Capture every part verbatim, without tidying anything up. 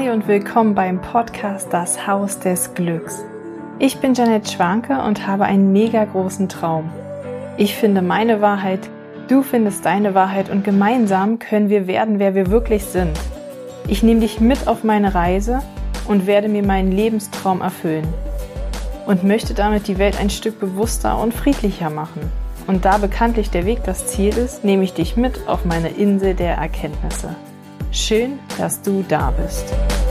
Hi und willkommen beim Podcast Das Haus des Glücks. Ich bin Janette Schwanke und habe einen mega großen Traum. Ich finde meine Wahrheit, du findest deine Wahrheit und gemeinsam können wir werden, wer wir wirklich sind. Ich nehme dich mit auf meine Reise und werde mir meinen Lebenstraum erfüllen und möchte damit die Welt ein Stück bewusster und friedlicher machen. Und da bekanntlich der Weg das Ziel ist, nehme ich dich mit auf meine Insel der Erkenntnisse. Schön, dass du da bist.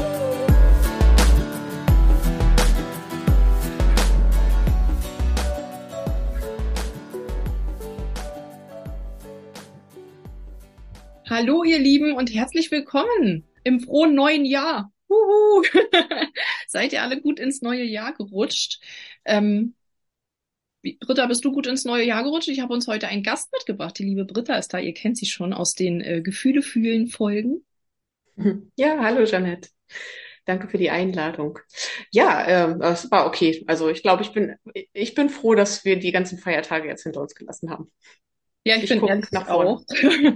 Hallo ihr Lieben und herzlich willkommen im frohen neuen Jahr. Huhu. Seid ihr alle gut ins neue Jahr gerutscht? Ähm, Britta, bist du gut ins neue Jahr gerutscht? Ich habe uns heute einen Gast mitgebracht. Die liebe Britta ist da. Ihr kennt sie schon aus den äh, Gefühle fühlen Folgen. Ja, hallo Janette. Danke für die Einladung. Ja, ähm, es war okay. Also ich glaube, ich bin, ich bin froh, dass wir die ganzen Feiertage jetzt hinter uns gelassen haben. Ja, ich, ich bin ehrlich nach auch.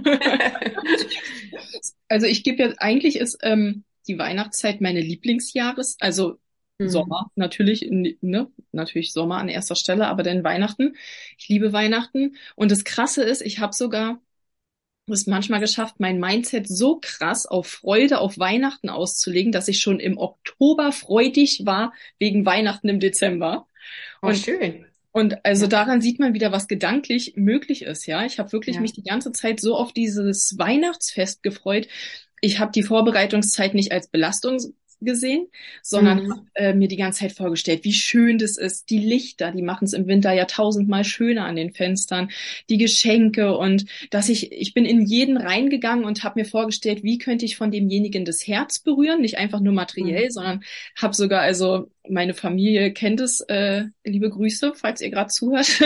Also ich gebe ja, eigentlich ist ähm, die Weihnachtszeit meine Lieblingsjahres, also mhm. Sommer natürlich, ne, natürlich Sommer an erster Stelle, aber dann Weihnachten. Ich liebe Weihnachten und das Krasse ist, ich habe sogar es manchmal geschafft, mein Mindset so krass auf Freude auf Weihnachten auszulegen, dass ich schon im Oktober freudig war wegen Weihnachten im Dezember. Oh, und, schön. Und also ja. Daran sieht man wieder, was gedanklich möglich ist. Ja, ich habe wirklich ja. mich die ganze Zeit so auf dieses Weihnachtsfest gefreut. Ich habe die Vorbereitungszeit nicht als Belastung gesehen, sondern mhm. habe äh, mir die ganze Zeit vorgestellt, wie schön das ist. Die Lichter, die machen es im Winter ja tausendmal schöner an den Fenstern, die Geschenke und dass ich, ich bin in jeden reingegangen und habe mir vorgestellt, wie könnte ich von demjenigen das Herz berühren, nicht einfach nur materiell, mhm. sondern habe sogar, also meine Familie kennt es, äh, liebe Grüße, falls ihr gerade zuhört.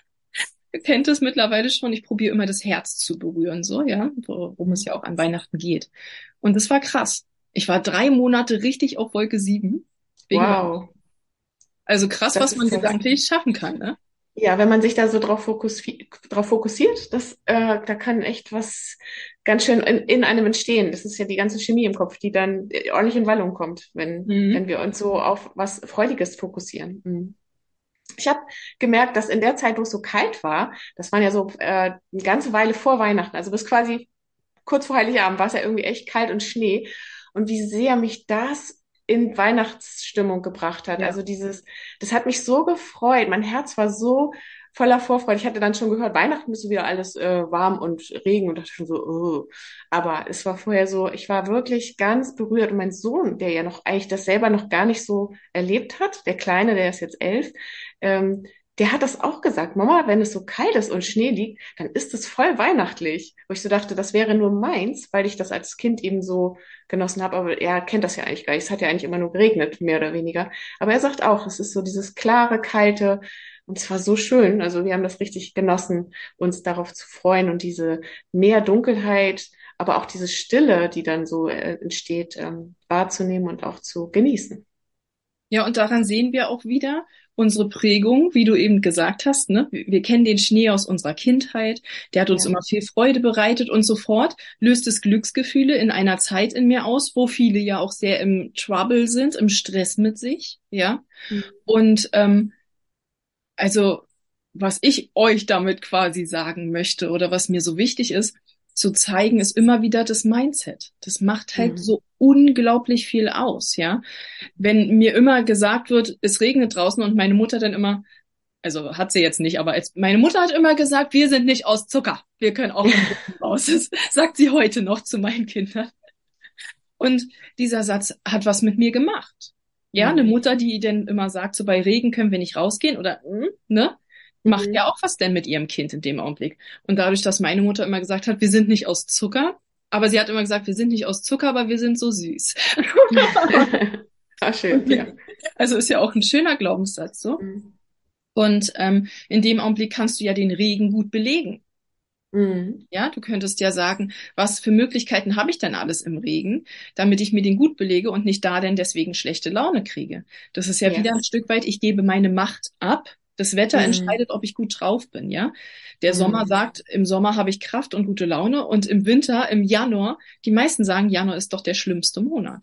Ihr kennt es mittlerweile schon, ich probiere immer das Herz zu berühren, so, ja, worum es ja auch an Weihnachten geht. Und das war krass. Ich war drei Monate richtig auf Wolke sieben. Wow. Also krass, das was man gedanklich schaffen kann, ne? Ja, wenn man sich da so drauf, fokus drauf fokussiert, das, äh, da kann echt was ganz schön in, in einem entstehen. Das ist ja die ganze Chemie im Kopf, die dann ordentlich in Wallung kommt, wenn, mhm. wenn wir uns so auf was Freudiges fokussieren. Mhm. Ich habe gemerkt, dass in der Zeit, wo es so kalt war, das waren ja so äh, eine ganze Weile vor Weihnachten, also bis quasi kurz vor Heiligabend war es ja irgendwie echt kalt und Schnee. Und wie sehr mich das in Weihnachtsstimmung gebracht hat. Ja. Also dieses, das hat mich so gefreut. Mein Herz war so voller Vorfreude. Ich hatte dann schon gehört, Weihnachten ist so wieder alles äh, warm und Regen und dachte schon so, oh. Aber es war vorher so, ich war wirklich ganz berührt. Und mein Sohn, der ja noch eigentlich das selber noch gar nicht so erlebt hat, der Kleine, der ist jetzt elf, ähm, der hat das auch gesagt, Mama, wenn es so kalt ist und Schnee liegt, dann ist es voll weihnachtlich. Wo ich so dachte, das wäre nur meins, weil ich das als Kind eben so genossen habe. Aber er kennt das ja eigentlich gar nicht. Es hat ja eigentlich immer nur geregnet, mehr oder weniger. Aber er sagt auch, es ist so dieses klare, kalte. Und es war so schön. Also wir haben das richtig genossen, uns darauf zu freuen und diese mehr Dunkelheit, aber auch diese Stille, die dann so äh, entsteht, ähm, wahrzunehmen und auch zu genießen. Ja, und daran sehen wir auch wieder unsere Prägung, wie du eben gesagt hast, ne? Wir kennen den Schnee aus unserer Kindheit, der hat uns ja. immer viel Freude bereitet und sofort löst es Glücksgefühle in einer Zeit in mir aus, wo viele ja auch sehr im Trouble sind, im Stress mit sich, ja. Mhm. Und ähm, also, was ich euch damit quasi sagen möchte oder was mir so wichtig ist, zu zeigen, ist immer wieder das Mindset. Das macht halt mhm. so unglaublich viel aus, ja. Wenn mir immer gesagt wird, es regnet draußen und meine Mutter dann immer, also hat sie jetzt nicht, aber als, meine Mutter hat immer gesagt, wir sind nicht aus Zucker, wir können auch nicht raus. Das sagt sie heute noch zu meinen Kindern. Und dieser Satz hat was mit mir gemacht. Ja, mhm. eine Mutter, die denn immer sagt, so bei Regen können wir nicht rausgehen oder, ne? Macht mhm. ja auch was denn mit ihrem Kind in dem Augenblick. Und dadurch, dass meine Mutter immer gesagt hat, wir sind nicht aus Zucker, aber sie hat immer gesagt, wir sind nicht aus Zucker, aber wir sind so süß. Ach, schön, ja. Also ist ja auch ein schöner Glaubenssatz, so. Mhm. Und ähm, in dem Augenblick kannst du ja den Regen gut belegen. Mhm. Ja, du könntest ja sagen, was für Möglichkeiten habe ich denn alles im Regen, damit ich mir den gut belege und nicht da denn deswegen schlechte Laune kriege. Das ist ja yes. wieder ein Stück weit, ich gebe meine Macht ab. Das Wetter mhm. entscheidet, ob ich gut drauf bin, ja. Der mhm. Sommer sagt, im Sommer habe ich Kraft und gute Laune und im Winter, im Januar, die meisten sagen, Januar ist doch der schlimmste Monat.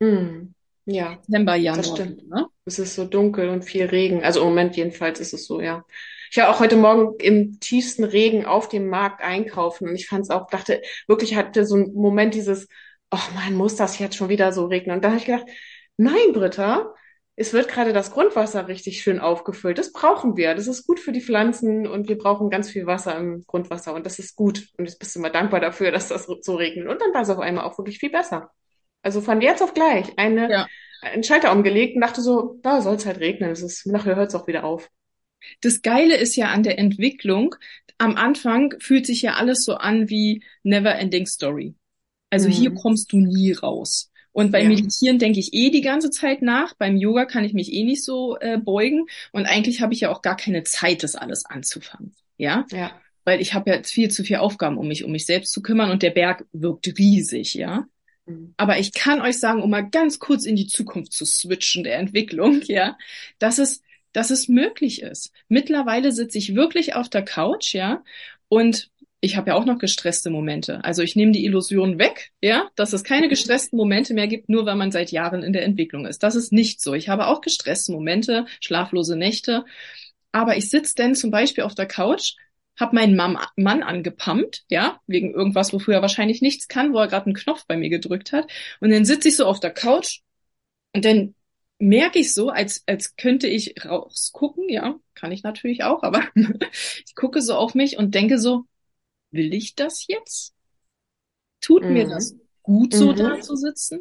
Mhm. Ja, Dezember, das Januar, stimmt. ne? Es ist so dunkel und viel Regen. Also im Moment jedenfalls ist es so, ja. Ich war auch heute Morgen im tiefsten Regen auf dem Markt einkaufen und ich fand es auch, dachte, wirklich hatte so einen Moment dieses, ach man, muss das jetzt schon wieder so regnen? Und dann habe ich gedacht, nein, Britta, es wird gerade das Grundwasser richtig schön aufgefüllt. Das brauchen wir. Das ist gut für die Pflanzen und wir brauchen ganz viel Wasser im Grundwasser und das ist gut. Und jetzt bist du mal dankbar dafür, dass das so regnet. Und dann war es auf einmal auch wirklich viel besser. Also von jetzt auf gleich eine, Ja. einen Schalter umgelegt und dachte so, da soll es halt regnen. Es ist, nachher hört es auch wieder auf. Das Geile ist ja an der Entwicklung, am Anfang fühlt sich ja alles so an wie Never Ending Story. Also hier Mhm. kommst du nie raus. Und beim Ja, Meditieren denke ich eh die ganze Zeit nach. Beim Yoga kann ich mich eh nicht so äh, beugen. Und eigentlich habe ich ja auch gar keine Zeit, das alles anzufangen. Ja, ja. weil ich habe ja jetzt viel zu viel Aufgaben, um mich um mich selbst zu kümmern und der Berg wirkt riesig, ja. Mhm. Aber ich kann euch sagen, um mal ganz kurz in die Zukunft zu switchen der Entwicklung, ja, dass es, dass es möglich ist. Mittlerweile sitze ich wirklich auf der Couch, ja, und ich habe ja auch noch gestresste Momente. Also ich nehme die Illusion weg, ja, dass es keine gestressten Momente mehr gibt, nur weil man seit Jahren in der Entwicklung ist. Das ist nicht so. Ich habe auch gestresste Momente, schlaflose Nächte. Aber ich sitze dann zum Beispiel auf der Couch, habe meinen Mam Mann angepumpt, ja, wegen irgendwas, wofür er wahrscheinlich nichts kann, wo er gerade einen Knopf bei mir gedrückt hat. Und dann sitze ich so auf der Couch und dann merke ich so, als, als könnte ich rausgucken, ja, kann ich natürlich auch, aber ich gucke so auf mich und denke so, will ich das jetzt? Tut mir das Mhm. gut, so da Mhm. zu sitzen?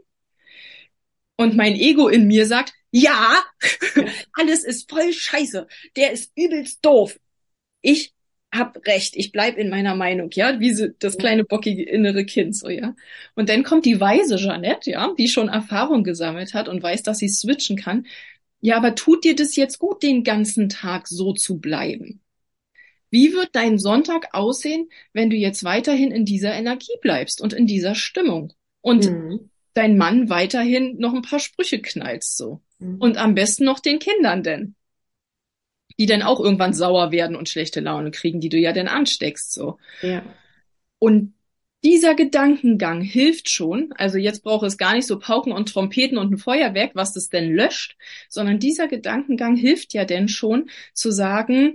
Und mein Ego in mir sagt, ja, alles ist voll scheiße, der ist übelst doof. Ich hab recht, ich bleib in meiner Meinung, ja, wie so das Ja. kleine bockige innere Kind, so, ja. Und dann kommt die weise Jeanette, ja, die schon Erfahrung gesammelt hat und weiß, dass sie switchen kann. Ja, aber tut dir das jetzt gut, den ganzen Tag so zu bleiben? Wie wird dein Sonntag aussehen, wenn du jetzt weiterhin in dieser Energie bleibst und in dieser Stimmung? Und Mhm. dein Mann weiterhin noch ein paar Sprüche knallst, so. Mhm. Und am besten noch den Kindern denn, die dann auch irgendwann sauer werden und schlechte Laune kriegen, die du ja dann ansteckst, so. Ja. Und dieser Gedankengang hilft schon. Also jetzt braucht es gar nicht so Pauken und Trompeten und ein Feuerwerk, was das denn löscht, sondern dieser Gedankengang hilft ja denn schon zu sagen,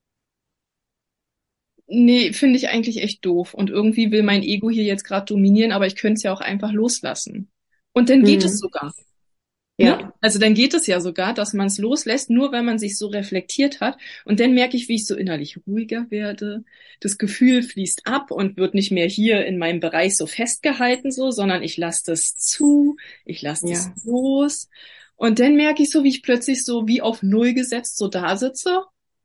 nee, finde ich eigentlich echt doof. Und irgendwie will mein Ego hier jetzt gerade dominieren, aber ich könnte es ja auch einfach loslassen. Und dann geht es Mhm. sogar. Ne? Ja. Also dann geht es ja sogar, dass man es loslässt, nur weil man sich so reflektiert hat. Und dann merke ich, wie ich so innerlich ruhiger werde. Das Gefühl fließt ab und wird nicht mehr hier in meinem Bereich so festgehalten, so, sondern ich lasse das zu, ich lasse das Ja. los. Und dann merke ich so, wie ich plötzlich so wie auf Null gesetzt so da sitze.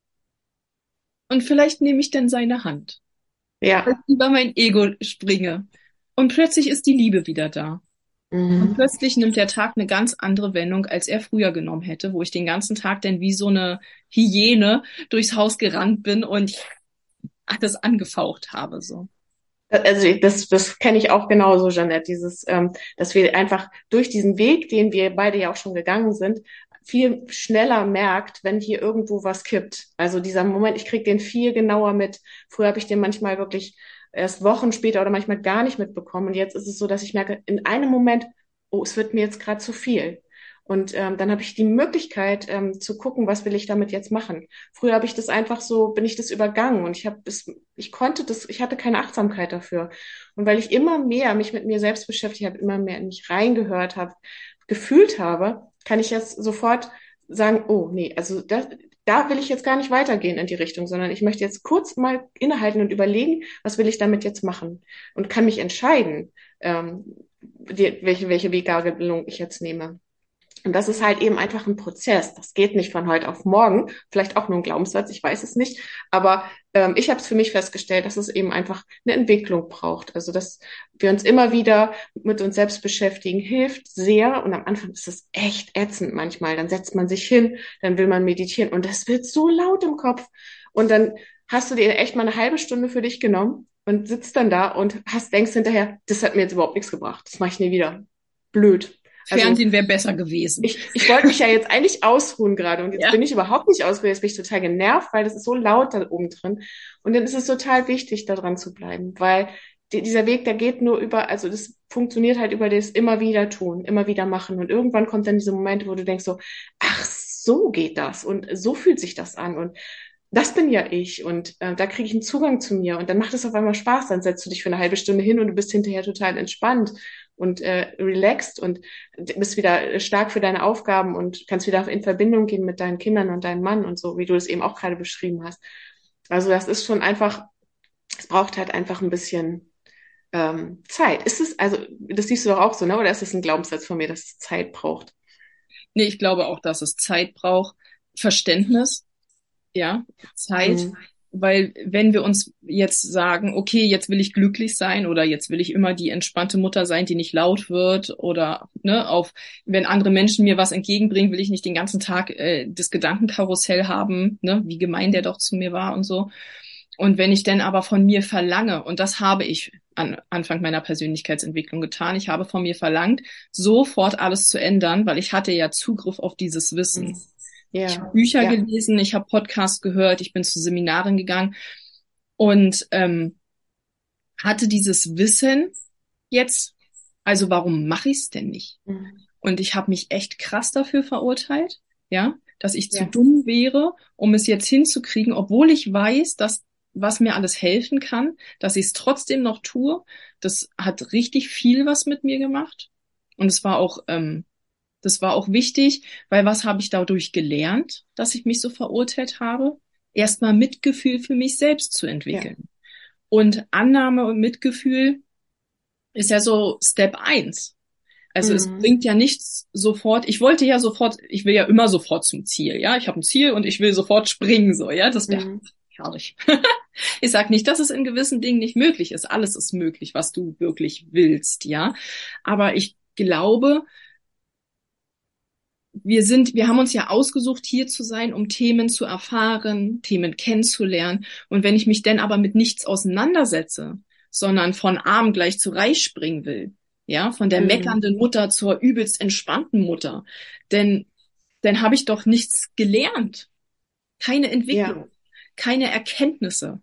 Und vielleicht nehme ich dann seine Hand, weil Ja. ich über mein Ego springe. Und plötzlich ist die Liebe wieder da. Und Mhm. plötzlich nimmt der Tag eine ganz andere Wendung, als er früher genommen hätte, wo ich den ganzen Tag dann wie so eine Hyäne durchs Haus gerannt bin und alles angefaucht habe, so. Also ich- das, das kenne ich auch genauso, Jeanette, dieses, ähm, dass wir einfach durch diesen Weg, den wir beide ja auch schon gegangen sind, viel schneller merkt, wenn hier irgendwo was kippt. Also dieser Moment, ich kriege den viel genauer mit. Früher habe ich den manchmal wirklich erst Wochen später oder manchmal gar nicht mitbekommen. Und jetzt ist es so, dass ich merke, in einem Moment, oh, es wird mir jetzt gerade zu viel. Und ähm, dann habe ich die Möglichkeit ähm, zu gucken, was will ich damit jetzt machen. Früher habe ich das einfach so, bin ich das übergangen und ich habe das, ich konnte das, ich hatte keine Achtsamkeit dafür. Und weil ich immer mehr mich mit mir selbst beschäftigt habe, immer mehr in mich reingehört habe, gefühlt habe, kann ich jetzt sofort sagen, oh nee, also das, da will ich jetzt gar nicht weitergehen in die Richtung, sondern ich möchte jetzt kurz mal innehalten und überlegen, was will ich damit jetzt machen und kann mich entscheiden, ähm, die, welche, welche Weggabelung ich jetzt nehme. Und das ist halt eben einfach ein Prozess. Das geht nicht von heute auf morgen. Vielleicht auch nur ein Glaubenssatz, ich weiß es nicht. Aber ähm, ich habe es für mich festgestellt, dass es eben einfach eine Entwicklung braucht. Also dass wir uns immer wieder mit uns selbst beschäftigen, hilft sehr. Und am Anfang ist es echt ätzend manchmal. Dann setzt man sich hin, dann will man meditieren und das wird so laut im Kopf. Und dann hast du dir echt mal eine halbe Stunde für dich genommen und sitzt dann da und hast, denkst hinterher, das hat mir jetzt überhaupt nichts gebracht. Das mache ich nie wieder. Blöd. Also Fernsehen wäre besser gewesen. ich, ich wollte mich ja jetzt eigentlich ausruhen gerade und jetzt Ja. bin ich überhaupt nicht ausgeruht. Jetzt bin ich total genervt, weil das ist so laut da oben drin. Und dann ist es total wichtig, da dran zu bleiben, weil die, dieser Weg, der geht nur über, also das funktioniert halt über das immer wieder tun, immer wieder machen. Und irgendwann kommt dann dieser Moment, wo du denkst so, ach, so geht das und so fühlt sich das an und das bin ja ich und äh, da kriege ich einen Zugang zu mir und dann macht es auf einmal Spaß. Dann setzt du dich für eine halbe Stunde hin und du bist hinterher total entspannt und äh, relaxed und bist wieder stark für deine Aufgaben und kannst wieder in Verbindung gehen mit deinen Kindern und deinem Mann und so, wie du es eben auch gerade beschrieben hast. Also das ist schon einfach, es braucht halt einfach ein bisschen ähm, Zeit. Ist es, also das siehst du doch auch so, ne? Oder ist es ein Glaubenssatz von mir, dass es Zeit braucht? Nee, ich glaube auch, dass es Zeit braucht, Verständnis, ja, Zeit, Mhm. weil wenn wir uns jetzt sagen, okay, jetzt will ich glücklich sein oder jetzt will ich immer die entspannte Mutter sein, die nicht laut wird oder ne, auf, wenn andere Menschen mir was entgegenbringen, will ich nicht den ganzen Tag äh, das Gedankenkarussell haben, ne, wie gemein der doch zu mir war und so. Und wenn ich denn aber von mir verlange, und das habe ich an Anfang meiner Persönlichkeitsentwicklung getan, ich habe von mir verlangt, sofort alles zu ändern, weil ich hatte ja Zugriff auf dieses Wissen. Mhm. Ich habe Ja, Bücher ja. gelesen, ich habe Podcasts gehört, ich bin zu Seminaren gegangen und ähm, hatte dieses Wissen jetzt, also warum mache ich es denn nicht? Mhm. Und ich habe mich echt krass dafür verurteilt, ja, dass ich zu Ja, dumm wäre, um es jetzt hinzukriegen, obwohl ich weiß, dass was mir alles helfen kann, dass ich es trotzdem noch tue. Das hat richtig viel was mit mir gemacht. Und es war auch, ähm, das war auch wichtig, weil was habe ich dadurch gelernt, dass ich mich so verurteilt habe? Erstmal Mitgefühl für mich selbst zu ja. entwickeln. Und Annahme und Mitgefühl ist ja so Step eins. Also es Mhm. bringt ja nichts sofort. Ich wollte ja sofort, ich will ja immer sofort zum Ziel, ja. Ich habe ein Ziel und ich will sofort springen, so, ja. Das wäre Mhm. herrlich. Ich sage nicht, dass es in gewissen Dingen nicht möglich ist. Alles ist möglich, was du wirklich willst, ja. Aber ich glaube, wir sind, wir haben uns ja ausgesucht, hier zu sein, um Themen zu erfahren, Themen kennenzulernen. Und wenn ich mich denn aber mit nichts auseinandersetze, sondern von arm gleich zu reich springen will, ja, von der Mhm. meckernden Mutter zur übelst entspannten Mutter, denn dann habe ich doch nichts gelernt, keine Ja, Entwicklung, keine Erkenntnisse.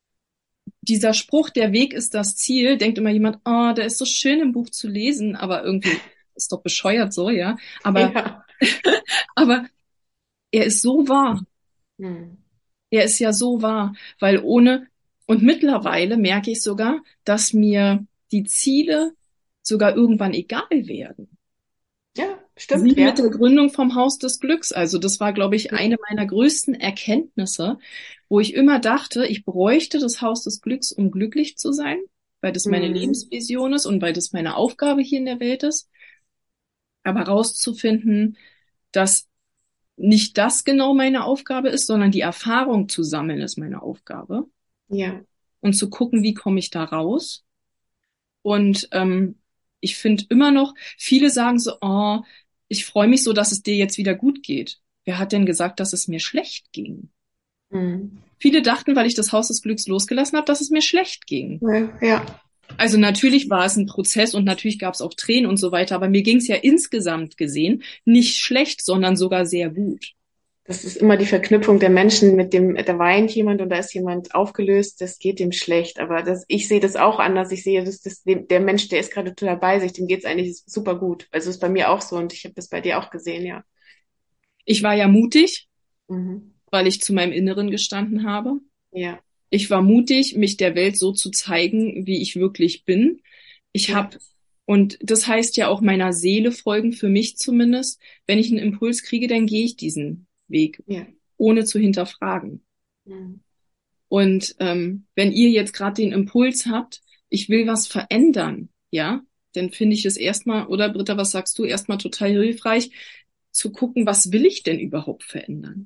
Dieser Spruch, der Weg ist das Ziel, denkt immer jemand, oh, der ist so schön im Buch zu lesen, aber irgendwie ist doch bescheuert so, ja. Aber, ja. aber er ist so wahr. Mhm. Er ist ja so wahr, weil ohne, und mittlerweile merke ich sogar, dass mir die Ziele sogar irgendwann egal werden. Ja, stimmt, Wie mit ja. der Gründung vom Haus des Glücks. Also das war, glaube ich, Ja. eine meiner größten Erkenntnisse, wo ich immer dachte, ich bräuchte das Haus des Glücks, um glücklich zu sein, weil das meine Mhm. Lebensvision ist und weil das meine Aufgabe hier in der Welt ist. Aber rauszufinden, dass nicht das genau meine Aufgabe ist, sondern die Erfahrung zu sammeln ist meine Aufgabe Ja. und zu gucken, wie komme ich da raus. Und ähm, ich finde immer noch, viele sagen so, oh, ich freue mich so, dass es dir jetzt wieder gut geht. Wer hat denn gesagt, dass es mir schlecht ging? Mhm. Viele dachten, weil ich das Haus des Glücks losgelassen habe, dass es mir schlecht ging. Ja, ja. Also natürlich war es ein Prozess und natürlich gab es auch Tränen und so weiter, aber mir ging es ja insgesamt gesehen nicht schlecht, sondern sogar sehr gut. Das ist immer die Verknüpfung der Menschen mit dem, da weint jemand und da ist jemand aufgelöst, das geht dem schlecht. Aber das, ich sehe das auch anders. Ich sehe, dass das, dem, der Mensch, der ist gerade total bei sich, dem geht's eigentlich super gut. Also ist bei mir auch so und ich habe das bei dir auch gesehen, ja. Ich war ja mutig, Mhm. weil ich zu meinem Inneren gestanden habe. Ja, Ich war mutig, mich der Welt so zu zeigen, wie ich wirklich bin. Ich ja, habe, und das heißt ja auch meiner Seele folgen, für mich zumindest. Wenn ich einen Impuls kriege, dann gehe ich diesen Weg, ja. ohne zu hinterfragen. Mhm. Und ähm, wenn ihr jetzt gerade den Impuls habt, ich will was verändern, ja, dann finde ich es erstmal, oder Britta, was sagst du, erstmal total hilfreich, zu gucken, was will ich denn überhaupt verändern?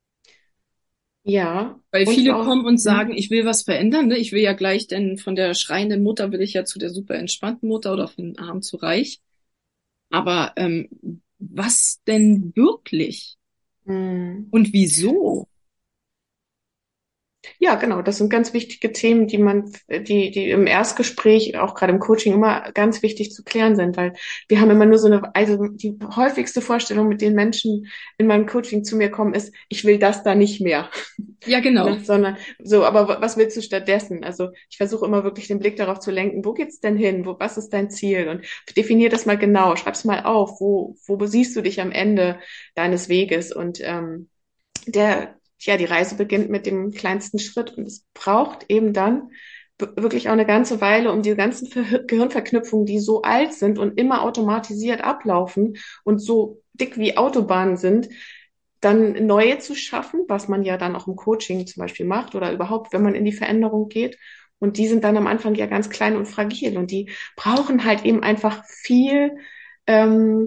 Ja, Weil und viele auch, kommen und sagen, mhm. ich will was verändern, ne? Ich will ja gleich, denn von der schreienden Mutter will ich ja zu der super entspannten Mutter oder von arm zu reich. Aber ähm, was denn wirklich? Mhm. Und wieso? Ja, genau. Das sind ganz wichtige Themen, die man, die, die im Erstgespräch, auch gerade im Coaching, immer ganz wichtig zu klären sind, weil wir haben immer nur so eine, also die häufigste Vorstellung, mit den Menschen in meinem Coaching zu mir kommen, ist, ich will das da nicht mehr. Ja, genau. Ne? Sondern so, aber was willst du stattdessen? Also ich versuche immer wirklich den Blick darauf zu lenken, wo geht's denn hin? Wo, was ist dein Ziel? Und definier das mal genau, schreib's mal auf, wo, wo siehst du dich am Ende deines Weges? Und ähm, der, ja, die Reise beginnt mit dem kleinsten Schritt und es braucht eben dann wirklich auch eine ganze Weile, um die ganzen Ver Gehirnverknüpfungen, die so alt sind und immer automatisiert ablaufen und so dick wie Autobahnen sind, dann neue zu schaffen, was man ja dann auch im Coaching zum Beispiel macht oder überhaupt, wenn man in die Veränderung geht. Und die sind dann am Anfang ja ganz klein und fragil und die brauchen halt eben einfach viel ähm,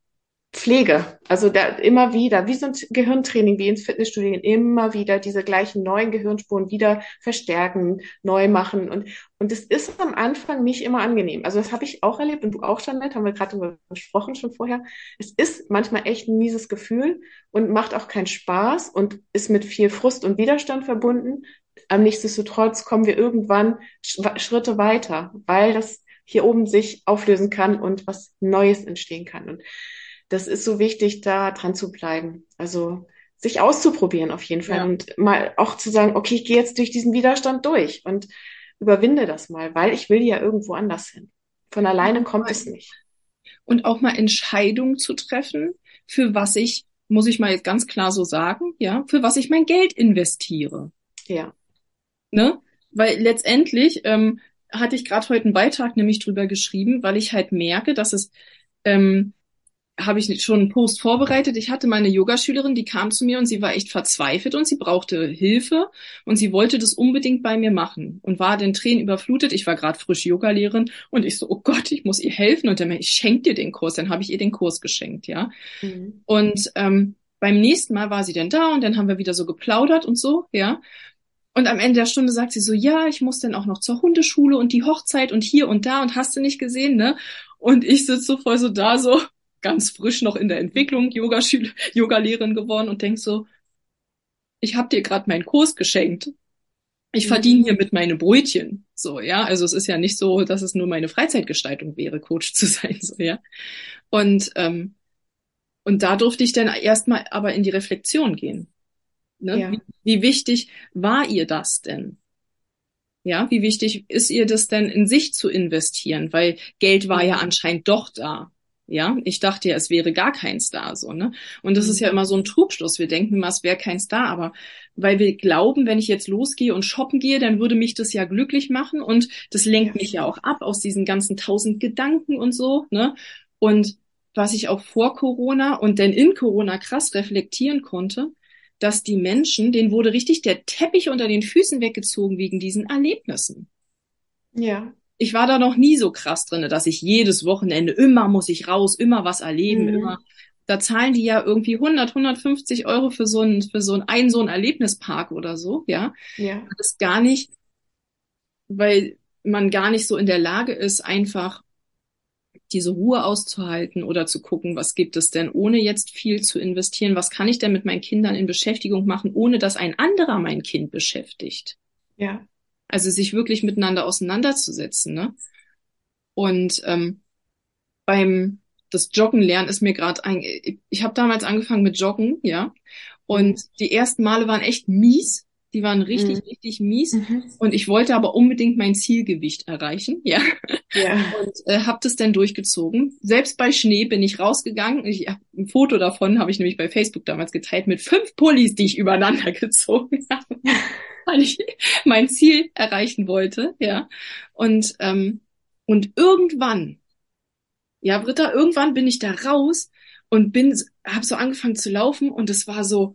Pflege, also da immer wieder, wie so ein Gehirntraining, wie ins Fitnessstudio, immer wieder diese gleichen neuen Gehirnspuren wieder verstärken, neu machen. Und, und das ist am Anfang nicht immer angenehm. Also das habe ich auch erlebt und du auch, Jeanette, haben wir gerade darüber gesprochen schon vorher. Es ist manchmal echt ein mieses Gefühl und macht auch keinen Spaß und ist mit viel Frust und Widerstand verbunden. Aber nichtsdestotrotz kommen wir irgendwann Schritte weiter, weil das hier oben sich auflösen kann und was Neues entstehen kann. Und das ist so wichtig, da dran zu bleiben. Also sich auszuprobieren auf jeden Fall Ja. und mal auch zu sagen, okay, ich gehe jetzt durch diesen Widerstand durch und überwinde das mal, weil ich will ja irgendwo anders hin. Von alleine kommt es nicht. Und auch mal Entscheidungen zu treffen, für was ich, muss ich mal jetzt ganz klar so sagen, ja, für was ich mein Geld investiere. Ja. Ne? Weil letztendlich ähm, hatte ich gerade heute einen Beitrag nämlich drüber geschrieben, weil ich halt merke, dass es ähm, habe ich schon einen Post vorbereitet. Ich hatte meine Yogaschülerin, die kam zu mir und sie war echt verzweifelt und sie brauchte Hilfe und sie wollte das unbedingt bei mir machen und war den Tränen überflutet. Ich war gerade frisch Yogalehrerin und ich so, oh Gott, ich muss ihr helfen und dann ich schenke dir den Kurs. Dann habe ich ihr den Kurs geschenkt, ja. Mhm. Und ähm, beim nächsten Mal war sie dann da und dann haben wir wieder so geplaudert und so, ja. Und am Ende der Stunde sagt sie so, ja, ich muss dann auch noch zur Hundeschule und die Hochzeit und hier und da und hast du nicht gesehen, ne? Und ich sitze so voll so da, so ganz frisch noch in der Entwicklung, Yogaschüler, Yogalehrerin geworden und denk so, ich habe dir gerade meinen Kurs geschenkt. Ich verdiene hier mit meine Brötchen. So, ja, also es ist ja nicht so, dass es nur meine Freizeitgestaltung wäre, Coach zu sein, so, ja. Und, ähm, und da durfte ich dann erstmal aber in die Reflexion gehen. Ne? Ja. Wie, wie wichtig war ihr das denn? Ja, wie wichtig ist ihr das denn, in sich zu investieren? Weil Geld war ja anscheinend doch da. Ja, ich dachte ja, es wäre gar keins da, so, ne? Und das ist ja immer so ein Trugschluss. Wir denken immer, es wäre keins da, aber weil wir glauben, wenn ich jetzt losgehe und shoppen gehe, dann würde mich das ja glücklich machen und das lenkt mich ja auch ab aus diesen ganzen tausend Gedanken und so, ne? Und was ich auch vor Corona und dann in Corona krass reflektieren konnte, dass die Menschen, denen wurde richtig der Teppich unter den Füßen weggezogen wegen diesen Erlebnissen. Ja. Ich war da noch nie so krass drinne, dass ich jedes Wochenende immer muss ich raus, immer was erleben, Mhm. immer. Da zahlen die ja irgendwie hundert, hundertfünfzig Euro für so ein, für so ein, ein so ein Erlebnispark oder so, ja. Ja. Das ist gar nicht, weil man gar nicht so in der Lage ist, einfach diese Ruhe auszuhalten oder zu gucken, was gibt es denn, ohne jetzt viel zu investieren, was kann ich denn mit meinen Kindern in Beschäftigung machen, ohne dass ein anderer mein Kind beschäftigt. Ja. Also sich wirklich miteinander auseinanderzusetzen, ne? Und ähm, beim das Joggen lernen ist mir gerade ein, ich habe damals angefangen mit Joggen, ja, und Mhm. die ersten Male waren echt mies, die waren richtig, Mhm. richtig mies Mhm. und ich wollte aber unbedingt mein Zielgewicht erreichen, ja, Ja. und äh, habe das dann durchgezogen. Selbst bei Schnee bin ich rausgegangen, ich hab ein Foto davon habe ich nämlich bei Facebook damals geteilt mit fünf Pullis, die ich übereinander gezogen habe, weil ich mein Ziel erreichen wollte, ja, und ähm, und irgendwann Ja, Britta, irgendwann bin ich da raus und bin, habe so angefangen zu laufen und es war so,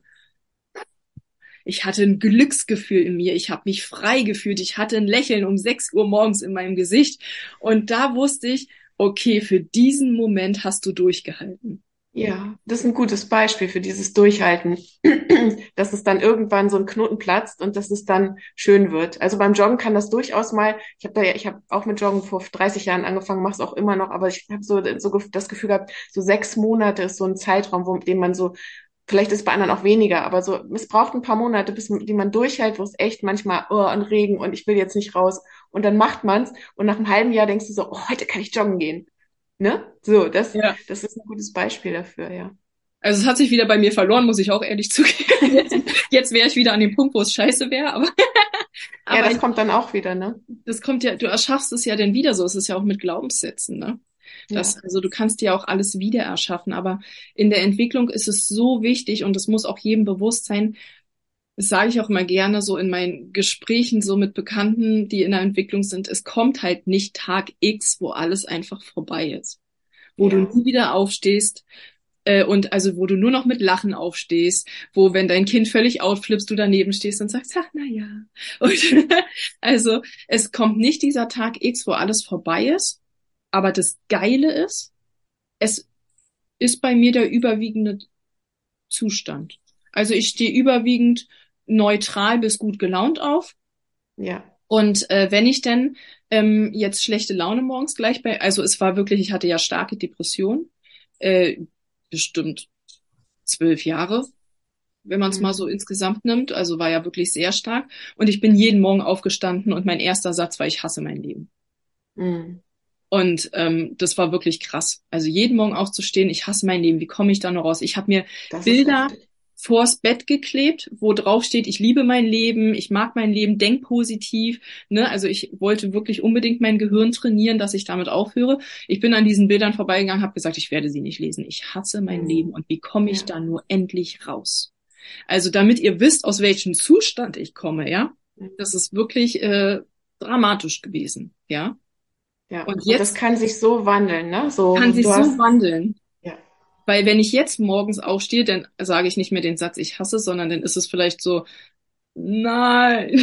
ich hatte ein Glücksgefühl in mir, ich habe mich frei gefühlt, ich hatte ein Lächeln um sechs Uhr morgens in meinem Gesicht und da wusste ich, okay, für diesen Moment hast du durchgehalten. Ja, das ist ein gutes Beispiel für dieses Durchhalten, dass es dann irgendwann so ein Knoten platzt und dass es dann schön wird. Also beim Joggen kann das durchaus mal, ich habe da ja, ich habe auch mit Joggen vor dreißig Jahren angefangen, mache es auch immer noch, aber ich habe so, so das Gefühl gehabt, so sechs Monate ist so ein Zeitraum, wo, den man so Vielleicht ist es bei anderen auch weniger, aber so, es braucht ein paar Monate, bis die man durchhält, wo es echt manchmal, oh, und Regen und ich will jetzt nicht raus. Und dann macht man's und nach einem halben Jahr denkst du so, oh, heute kann ich joggen gehen. Ne? So, das, Ja. das ist ein gutes Beispiel dafür, ja. Also es hat sich wieder bei mir verloren, muss ich auch ehrlich zugeben. Jetzt, jetzt wäre ich wieder an dem Punkt, wo es scheiße wäre, aber, aber Ja, das ich, kommt dann auch wieder, ne? das kommt ja, du erschaffst es ja dann wieder so. Es ist ja auch mit Glaubenssätzen, ne? Das, Ja. also du kannst dir auch alles wieder erschaffen, aber in der Entwicklung ist es so wichtig und es muss auch jedem bewusst sein. Das sage ich auch immer gerne so in meinen Gesprächen so mit Bekannten, die in der Entwicklung sind. Es kommt halt nicht Tag X, wo alles einfach vorbei ist, wo du Ja. nie wieder aufstehst. Äh, und also wo du nur noch mit Lachen aufstehst, wo, wenn dein Kind völlig outflippst, du daneben stehst und sagst, ach, na ja. Und also es kommt nicht dieser Tag X, wo alles vorbei ist. Aber das Geile ist, es ist bei mir der überwiegende Zustand. Also ich stehe überwiegend neutral bis gut gelaunt auf. Ja. Und äh, wenn ich denn ähm, jetzt schlechte Laune morgens gleich bei, also es war wirklich, ich hatte ja starke Depression, äh, bestimmt zwölf Jahre, wenn man es mal so Mhm. insgesamt nimmt. Also war ja wirklich sehr stark. Und ich bin jeden Morgen aufgestanden und mein erster Satz war, ich hasse mein Leben. Mhm. Und ähm, das war wirklich krass. Also jeden Morgen aufzustehen, ich hasse mein Leben, wie komme ich da noch raus? Ich habe mir Das ist Bilder heftig. vors Bett geklebt, wo drauf steht, ich liebe mein Leben, ich mag mein Leben, denk positiv. Ne? Also ich wollte wirklich unbedingt mein Gehirn trainieren, dass ich damit aufhöre. Ich bin an diesen Bildern vorbeigegangen, habe gesagt, ich werde sie nicht lesen. Ich hasse mein Leben Mhm. und wie komme ich Ja. da nur endlich raus? Also damit ihr wisst, aus welchem Zustand ich komme, ja, das ist wirklich äh, dramatisch gewesen, ja. Ja. Und Und das jetzt kann sich so wandeln, ne? So, kann du sich so hast, wandeln. ja. Weil wenn ich jetzt morgens aufstehe, dann sage ich nicht mehr den Satz, ich hasse, sondern dann ist es vielleicht so, nein.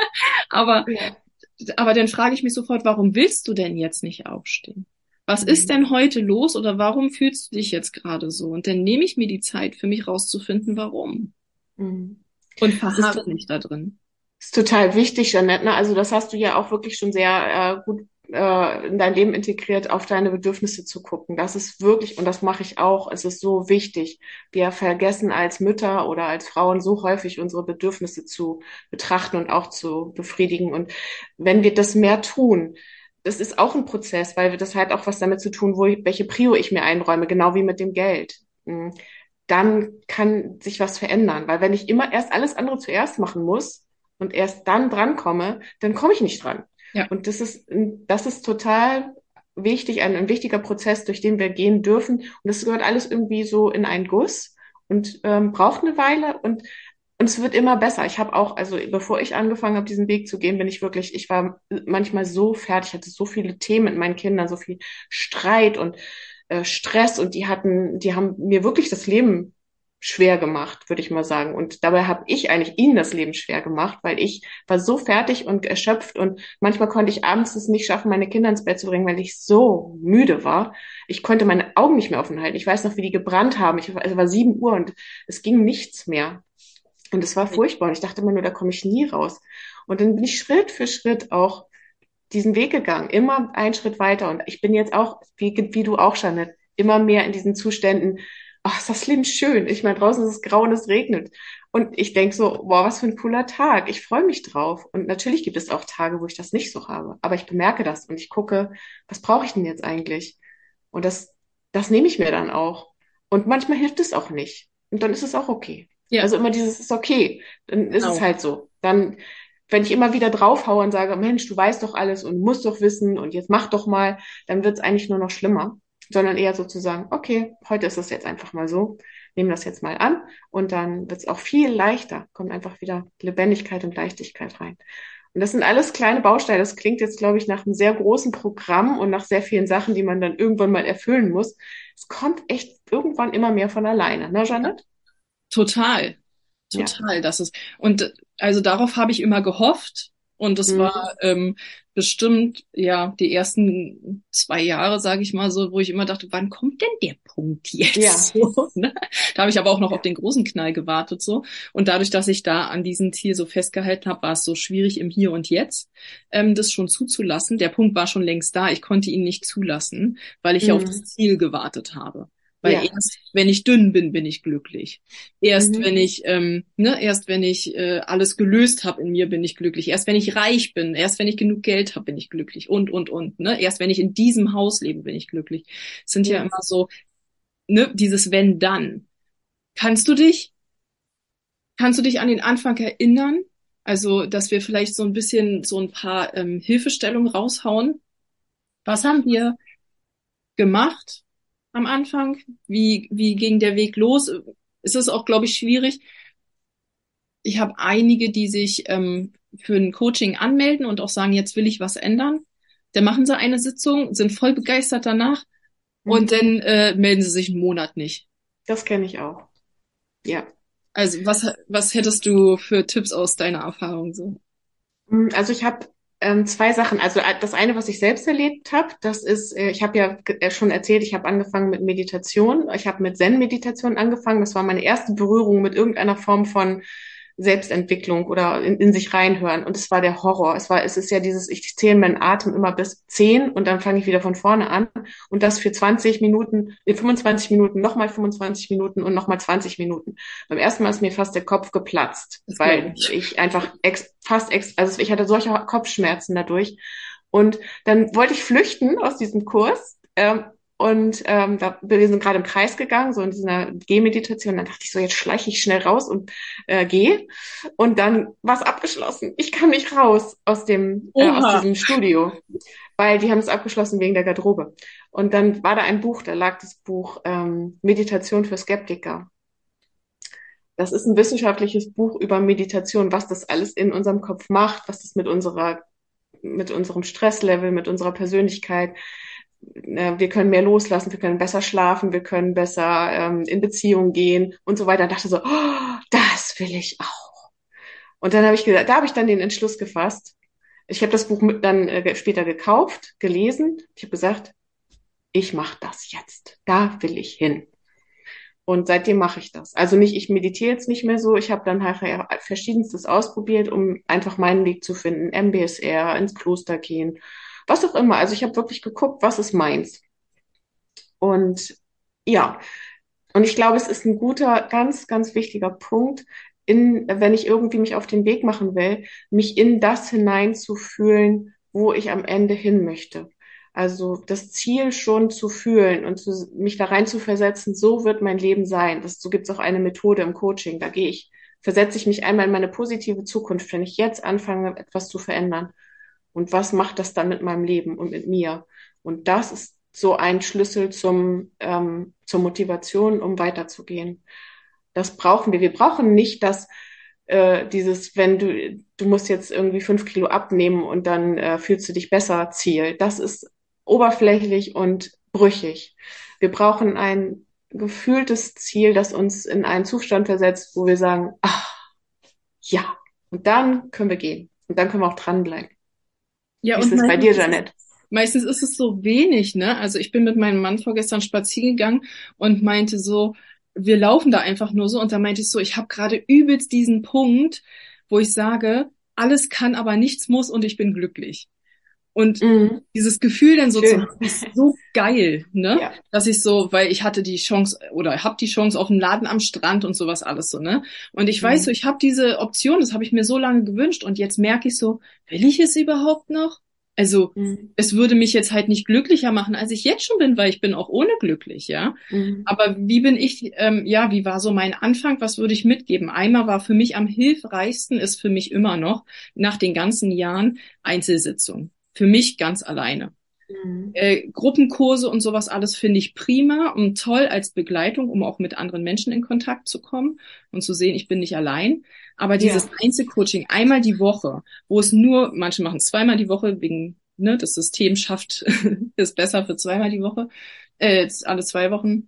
aber, Ja. aber dann frage ich mich sofort, warum willst du denn jetzt nicht aufstehen? Was ist Mhm. denn heute los oder warum fühlst du dich jetzt gerade so? Und dann nehme ich mir die Zeit für mich rauszufinden, warum. Mhm. Und Es ist, verharre nicht da drin. ist total wichtig, Jeanette, ne? Also das hast du ja auch wirklich schon sehr äh, gut äh, in dein Leben integriert, auf deine Bedürfnisse zu gucken. Das ist wirklich, und das mache ich auch, es ist so wichtig. Wir vergessen als Mütter oder als Frauen so häufig unsere Bedürfnisse zu betrachten und auch zu befriedigen. Und wenn wir das mehr tun, das ist auch ein Prozess, weil das hat auch was damit zu tun, wo ich, welche Prio ich mir einräume, genau wie mit dem Geld. Mhm. Dann kann sich was verändern, weil wenn ich immer erst alles andere zuerst machen muss und erst dann drankomme, dann komme ich nicht dran. Ja. Und das ist, das ist total wichtig, ein, ein wichtiger Prozess, durch den wir gehen dürfen. Und das gehört alles irgendwie so in einen Guss und ähm, braucht eine Weile und und es wird immer besser. Ich habe auch, also bevor ich angefangen habe, diesen Weg zu gehen, bin ich wirklich, ich war manchmal so fertig, hatte so viele Themen mit meinen Kindern, so viel Streit und äh, Stress und die hatten, die haben mir wirklich das Leben schwer gemacht, würde ich mal sagen. Und dabei habe ich eigentlich ihnen das Leben schwer gemacht, weil ich war so fertig und erschöpft und manchmal konnte ich abends es nicht schaffen, meine Kinder ins Bett zu bringen, weil ich so müde war. Ich konnte meine Augen nicht mehr offen halten. Ich weiß noch, wie die gebrannt haben. Ich, es war sieben Uhr und es ging nichts mehr. Und es war furchtbar. Und ich dachte immer nur, da komme ich nie raus. Und dann bin ich Schritt für Schritt auch diesen Weg gegangen, immer einen Schritt weiter. Und ich bin jetzt auch, wie, wie du auch, Jeanette, immer mehr in diesen Zuständen, ach, ist das Leben schön. Ich meine, draußen ist es grau und es regnet. Und ich denke so, boah, was für ein cooler Tag. Ich freue mich drauf. Und natürlich gibt es auch Tage, wo ich das nicht so habe. Aber ich bemerke das und ich gucke, was brauche ich denn jetzt eigentlich? Und das, das nehme ich mir dann auch. Und manchmal hilft es auch nicht. Und dann ist es auch okay. Ja, Also immer dieses ist okay. Dann ist es genau. halt so. Dann, wenn ich immer wieder draufhaue und sage, Mensch, du weißt doch alles und musst doch wissen und jetzt mach doch mal, dann wird es eigentlich nur noch schlimmer. Sondern eher sozusagen, okay, heute ist es jetzt einfach mal so, nehmen das jetzt mal an und dann wird es auch viel leichter, kommt einfach wieder Lebendigkeit und Leichtigkeit rein. Und das sind alles kleine Bausteine. Das klingt jetzt, glaube ich, nach einem sehr großen Programm und nach sehr vielen Sachen, die man dann irgendwann mal erfüllen muss. Es kommt echt irgendwann immer mehr von alleine, ne, Jeanette? Total. Ja. Total. Das ist, und also darauf habe ich immer gehofft. Und es Mhm. war ähm, bestimmt, ja, die ersten zwei Jahre, sage ich mal so, wo ich immer dachte, wann kommt denn der Punkt jetzt? Ja. So, ne? Da habe ich aber auch noch Ja. auf den großen Knall gewartet so. Und dadurch, dass ich da an diesem Ziel so festgehalten habe, war es so schwierig im Hier und Jetzt, ähm, das schon zuzulassen. Der Punkt war schon längst da. Ich konnte ihn nicht zulassen, weil ich ja auf das Mhm. Ziel gewartet habe. Weil Ja. erst wenn ich dünn bin, bin ich glücklich. Erst Mhm. wenn ich, ähm, ne, erst wenn ich äh, alles gelöst habe in mir, bin ich glücklich. Erst wenn ich reich bin, erst wenn ich genug Geld habe, bin ich glücklich. Und, und, und. Ne? Erst wenn ich in diesem Haus lebe, bin ich glücklich. Es sind ja Ja. immer so, ne, dieses wenn dann. Kannst du dich, kannst du dich an den Anfang erinnern? Also, dass wir vielleicht so ein bisschen so ein paar ähm, Hilfestellungen raushauen. Was haben wir gemacht am Anfang? Wie, wie ging der Weg los? Es ist auch, glaube ich, schwierig. Ich habe einige, die sich ähm, für ein Coaching anmelden und auch sagen, jetzt will ich was ändern. Dann machen sie eine Sitzung, sind voll begeistert danach und Mhm. dann äh, melden sie sich einen Monat nicht. Das kenne ich auch. Ja. Also was, was hättest du für Tipps aus deiner Erfahrung so? Mm, Also ich habe ähm, zwei Sachen. Also äh, das eine, was ich selbst erlebt habe, das ist, äh, ich habe ja ge- äh, schon erzählt, ich habe angefangen mit Meditation. Ich habe mit Zen-Meditation angefangen. Das war meine erste Berührung mit irgendeiner Form von Selbstentwicklung oder in, in sich reinhören. Und es war der Horror. Es war, es ist ja dieses, ich zähle meinen Atem immer bis zehn und dann fange ich wieder von vorne an. Und das für zwanzig Minuten, nee, fünfundzwanzig Minuten, nochmal fünfundzwanzig Minuten und nochmal zwanzig Minuten. Beim ersten Mal ist mir fast der Kopf geplatzt, Das glaube weil ich. ich einfach ex, fast ex, also ich hatte solche Kopfschmerzen dadurch. Und dann wollte ich flüchten aus diesem Kurs. Ähm, und ähm, da, wir sind gerade im Kreis gegangen, so in dieser Gehmeditation. Dann dachte ich so, jetzt schleiche ich schnell raus und äh, gehe. Und dann war es abgeschlossen. Ich kam nicht raus aus dem äh, aus Oha. diesem Studio, weil die haben es abgeschlossen wegen der Garderobe. Und dann war da ein Buch, da lag das Buch ähm, Meditation für Skeptiker. Das ist ein wissenschaftliches Buch über Meditation, was das alles in unserem Kopf macht, was das mit unserer, mit unserem Stresslevel, mit unserer Persönlichkeit. äh, Wir können mehr loslassen, wir können besser schlafen, wir können besser ähm, in Beziehung gehen und so weiter. Ich dachte so, oh, das will ich auch. Und dann habe ich gesagt, da habe ich dann den Entschluss gefasst. Ich habe das Buch mit, dann äh, später gekauft, gelesen. Ich habe gesagt, ich mache das jetzt. Da will ich hin. Und seitdem mache ich das. Also nicht, ich meditiere jetzt nicht mehr so. Ich habe dann halt verschiedenstes ausprobiert, um einfach meinen Weg zu finden. M B S R, ins Kloster gehen, was auch immer. Also ich habe wirklich geguckt, was ist meins. Und ja, und ich glaube, es ist ein guter, ganz, ganz wichtiger Punkt, in, wenn ich irgendwie mich auf den Weg machen will, mich in das hineinzufühlen, wo ich am Ende hin möchte. Also das Ziel schon zu fühlen und zu, mich da rein zu versetzen, so wird mein Leben sein. Das, so gibt es auch eine Methode im Coaching. Da gehe ich, versetze ich mich einmal in meine positive Zukunft, wenn ich jetzt anfange, etwas zu verändern. Und was macht das dann mit meinem Leben und mit mir? Und das ist so ein Schlüssel zum, ähm, zur Motivation, um weiterzugehen. Das brauchen wir. Wir brauchen nicht das, äh, dieses, wenn du, du musst jetzt irgendwie fünf Kilo abnehmen und dann äh, fühlst du dich besser, Ziel. Das ist oberflächlich und brüchig. Wir brauchen ein gefühltes Ziel, das uns in einen Zustand versetzt, wo wir sagen, ach, ja. Und dann können wir gehen. Und dann können wir auch dranbleiben. Ja, Wie ist und es bei meistens dir, ist es, Jeanette? meistens ist es so wenig, ne? Also ich bin mit meinem Mann vorgestern spazieren gegangen und meinte so, wir laufen da einfach nur so und da meinte ich so, ich habe gerade übelst diesen Punkt, wo ich sage, alles kann, aber nichts muss und ich bin glücklich. Und Mhm. dieses Gefühl dann so zu Schön. haben, ist so geil, ne? Ja. Dass ich so, weil ich hatte die Chance oder habe die Chance auf einen Laden am Strand und sowas alles so, ne? Und ich weiß so, Mhm. ich habe diese Option, das habe ich mir so lange gewünscht und jetzt merke ich so, will ich es überhaupt noch? Also, Mhm. es würde mich jetzt halt nicht glücklicher machen, als ich jetzt schon bin, weil ich bin auch ohne glücklich, ja? Mhm. Aber wie bin ich, ähm, ja, wie war so mein Anfang? Was würde ich mitgeben? Einmal war für mich am hilfreichsten, ist für mich immer noch, nach den ganzen Jahren, Einzelsitzung. Für mich ganz alleine. Mhm. Äh, Gruppenkurse und sowas alles finde ich prima und toll als Begleitung, um auch mit anderen Menschen in Kontakt zu kommen und zu sehen, ich bin nicht allein. Aber dieses Ja. Einzelcoaching einmal die Woche, wo es nur, manche machen es zweimal die Woche, wegen, ne, das System schafft es besser für zweimal die Woche, äh, alle zwei Wochen.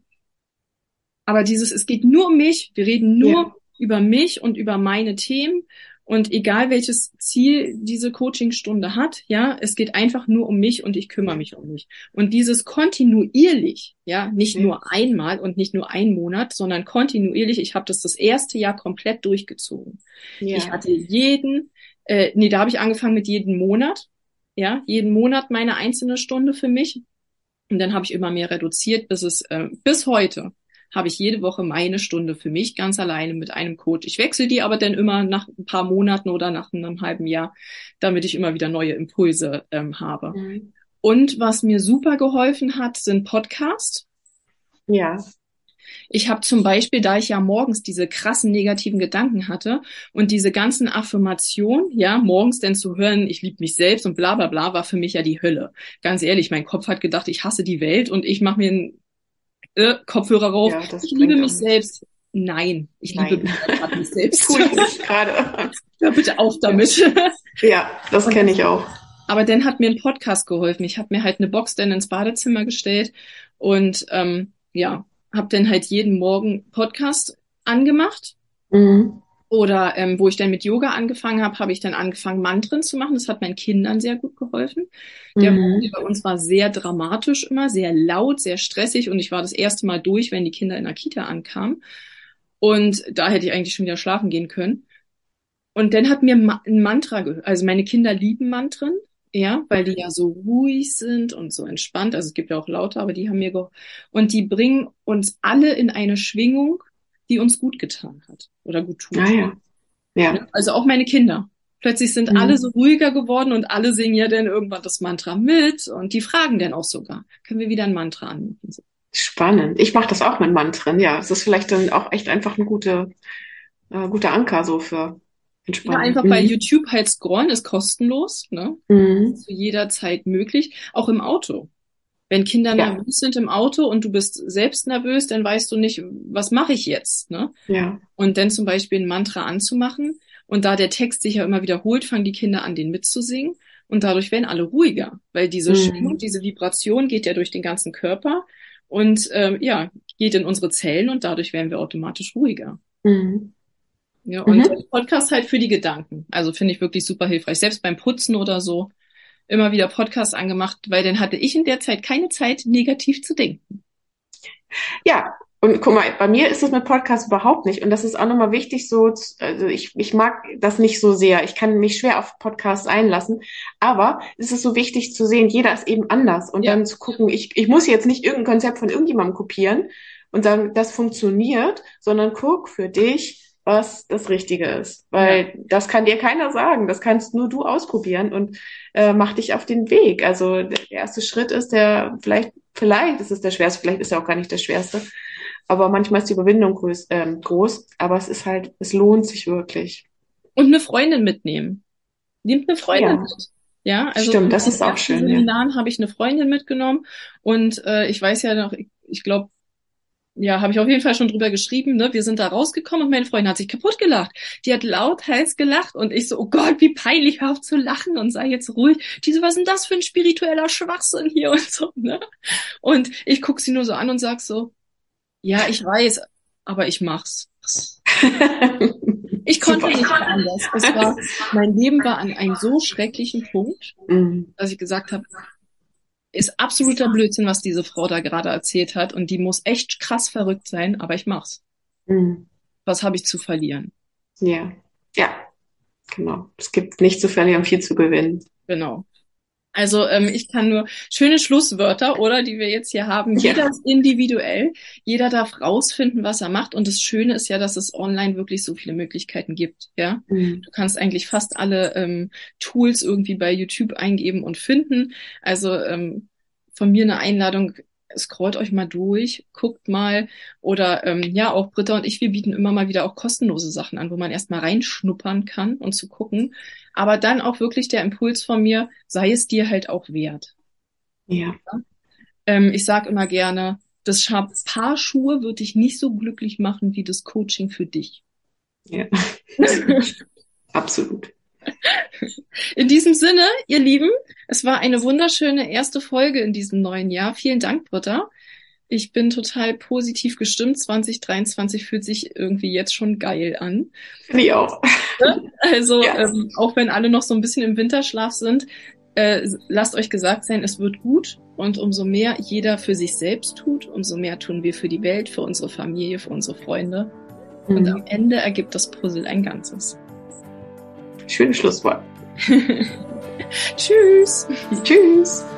Aber dieses, es geht nur um mich, wir reden Ja. nur über mich und über meine Themen. Und egal welches Ziel diese Coachingstunde hat, ja, es geht einfach nur um mich und ich kümmere Ja. mich um mich. Und dieses kontinuierlich, ja, nicht Ja. nur einmal und nicht nur ein Monat, sondern kontinuierlich, ich habe das das erste Jahr komplett durchgezogen. Ich Ja. hatte jeden, äh, nee, da habe ich angefangen mit jeden Monat, ja, jeden Monat meine einzelne Stunde für mich. Und dann habe ich immer mehr reduziert, bis es, äh, bis heute habe ich jede Woche meine Stunde für mich ganz alleine mit einem Coach. Ich wechsle die aber dann immer nach ein paar Monaten oder nach einem halben Jahr, damit ich immer wieder neue Impulse ähm, habe. Mhm. Und was mir super geholfen hat, sind Podcasts. Ja. Ich habe zum Beispiel, da ich ja morgens diese krassen negativen Gedanken hatte und diese ganzen Affirmationen, ja, morgens denn zu hören, ich liebe mich selbst und bla bla bla, war für mich ja die Hölle. Ganz ehrlich, mein Kopf hat gedacht, ich hasse die Welt und ich mache mir einen äh, Kopfhörer rauf. Ja, ich liebe mich selbst. Nein, ich Nein. liebe mich, mich selbst. Tue ich nicht gerade. Hör bitte auf damit. Ja, das kenne ich auch. Aber dann hat mir ein Podcast geholfen. Ich habe mir halt eine Box dann ins Badezimmer gestellt und ähm, ja, habe dann halt jeden Morgen Podcast angemacht. Mhm. Oder ähm, wo ich dann mit Yoga angefangen habe, habe ich dann angefangen, Mantren zu machen. Das hat meinen Kindern sehr gut geholfen. Der mhm. Morgen bei uns war sehr dramatisch immer, sehr laut, sehr stressig. Und ich war das erste Mal durch, wenn die Kinder in der Kita ankamen. Und da hätte ich eigentlich schon wieder schlafen gehen können. Und dann hat mir Ma- ein Mantra gehört. Also meine Kinder lieben Mantren. Ja, weil die ja so ruhig sind und so entspannt. Also es gibt ja auch lauter, aber die haben mir ge- und die bringen uns alle in eine Schwingung, die uns gut getan hat oder gut tut. Ah, ja. Ja. Also auch meine Kinder. Plötzlich sind mhm. alle so ruhiger geworden und alle singen ja dann irgendwann das Mantra mit und die fragen dann auch sogar, können wir wieder ein Mantra anmachen? Spannend. Ich mache das auch mit Mantren. Ja, es ist vielleicht dann auch echt einfach ein guter, äh, guter Anker so für Ja, einfach mhm. bei YouTube halt scrollen ist kostenlos, ne? Mhm. Zu jeder Zeit möglich, auch im Auto. Wenn Kinder ja. nervös sind im Auto und du bist selbst nervös, dann weißt du nicht, was mache ich jetzt, ne? Ja. Und dann zum Beispiel ein Mantra anzumachen und da der Text sich ja immer wiederholt, fangen die Kinder an, den mitzusingen und dadurch werden alle ruhiger, weil diese mhm. Schwingung, diese Vibration geht ja durch den ganzen Körper und ähm, ja, geht in unsere Zellen und dadurch werden wir automatisch ruhiger. Mhm. Ja, und mhm. Podcast halt für die Gedanken. Also finde ich wirklich super hilfreich. Selbst beim Putzen oder so immer wieder Podcast angemacht, weil dann hatte ich in der Zeit keine Zeit, negativ zu denken. Ja, und guck mal, bei mir ist das mit Podcast überhaupt nicht. Und das ist auch nochmal wichtig, so, also ich, ich mag das nicht so sehr. Ich kann mich schwer auf Podcasts einlassen. Aber es ist so wichtig zu sehen, jeder ist eben anders. Und ja. dann zu gucken, ich, ich muss jetzt nicht irgendein Konzept von irgendjemandem kopieren und sagen, das funktioniert, sondern guck für dich, was das Richtige ist. Weil ja. das kann dir keiner sagen. Das kannst nur du ausprobieren und äh, mach dich auf den Weg. Also der erste Schritt ist der, vielleicht, vielleicht ist es der schwerste, vielleicht ist er auch gar nicht der schwerste. Aber manchmal ist die Überwindung groß, ähm, groß. Aber es ist halt, es lohnt sich wirklich. Und eine Freundin mitnehmen. Nehmt eine Freundin ja. mit. Ja, also stimmt, das ist auch schön. In den Seminaren ja. habe ich eine Freundin mitgenommen und äh, ich weiß ja noch, ich, ich glaube, ja, habe ich auf jeden Fall schon drüber geschrieben, ne? Wir sind da rausgekommen und meine Freundin hat sich kaputt gelacht. Die hat laut heiß gelacht und ich so, oh Gott, wie peinlich, hör auf zu lachen und sei jetzt ruhig. Die so, was ist denn das für ein spiritueller Schwachsinn hier und so, ne? Und ich guck sie nur so an und sag so, ja, ich weiß, aber ich mach's. Ich konnte nicht anders. Es war, mein Leben war an einem so schrecklichen Punkt, mhm. dass ich gesagt habe, ist absoluter Blödsinn, was diese Frau da gerade erzählt hat. Und die muss echt krass verrückt sein, aber ich mach's. Mhm. Was habe ich zu verlieren? Ja, ja, genau. Es gibt nichts zu verlieren, viel zu gewinnen. Genau. Also ähm, ich kann nur schöne Schlusswörter, oder, die wir jetzt hier haben. Ja. Jeder ist individuell. Jeder darf rausfinden, was er macht. Und das Schöne ist ja, dass es online wirklich so viele Möglichkeiten gibt. Ja, mhm. Du kannst eigentlich fast alle ähm, Tools irgendwie bei YouTube eingeben und finden. Also ähm, von mir eine Einladung. Scrollt euch mal durch, guckt mal. Oder ähm, ja, auch Britta und ich, wir bieten immer mal wieder auch kostenlose Sachen an, wo man erstmal reinschnuppern kann und zu gucken. Aber dann auch wirklich der Impuls von mir, sei es dir halt auch wert. Ja. ja? Ähm, ich sage immer gerne, das Paar Schuhe wird dich nicht so glücklich machen wie das Coaching für dich. Ja, absolut. In diesem Sinne, ihr Lieben, es war eine wunderschöne erste Folge in diesem neuen Jahr. Vielen Dank, Britta. Ich bin total positiv gestimmt. zwanzig dreiundzwanzig fühlt sich irgendwie jetzt schon geil an. Wie auch. Also, ja. ähm, auch wenn alle noch so ein bisschen im Winterschlaf sind, äh, lasst euch gesagt sein, es wird gut. Und umso mehr jeder für sich selbst tut, umso mehr tun wir für die Welt, für unsere Familie, für unsere Freunde. Mhm. Und am Ende ergibt das Puzzle ein Ganzes. Schönes Schlusswort. Tschüss. Tschüss.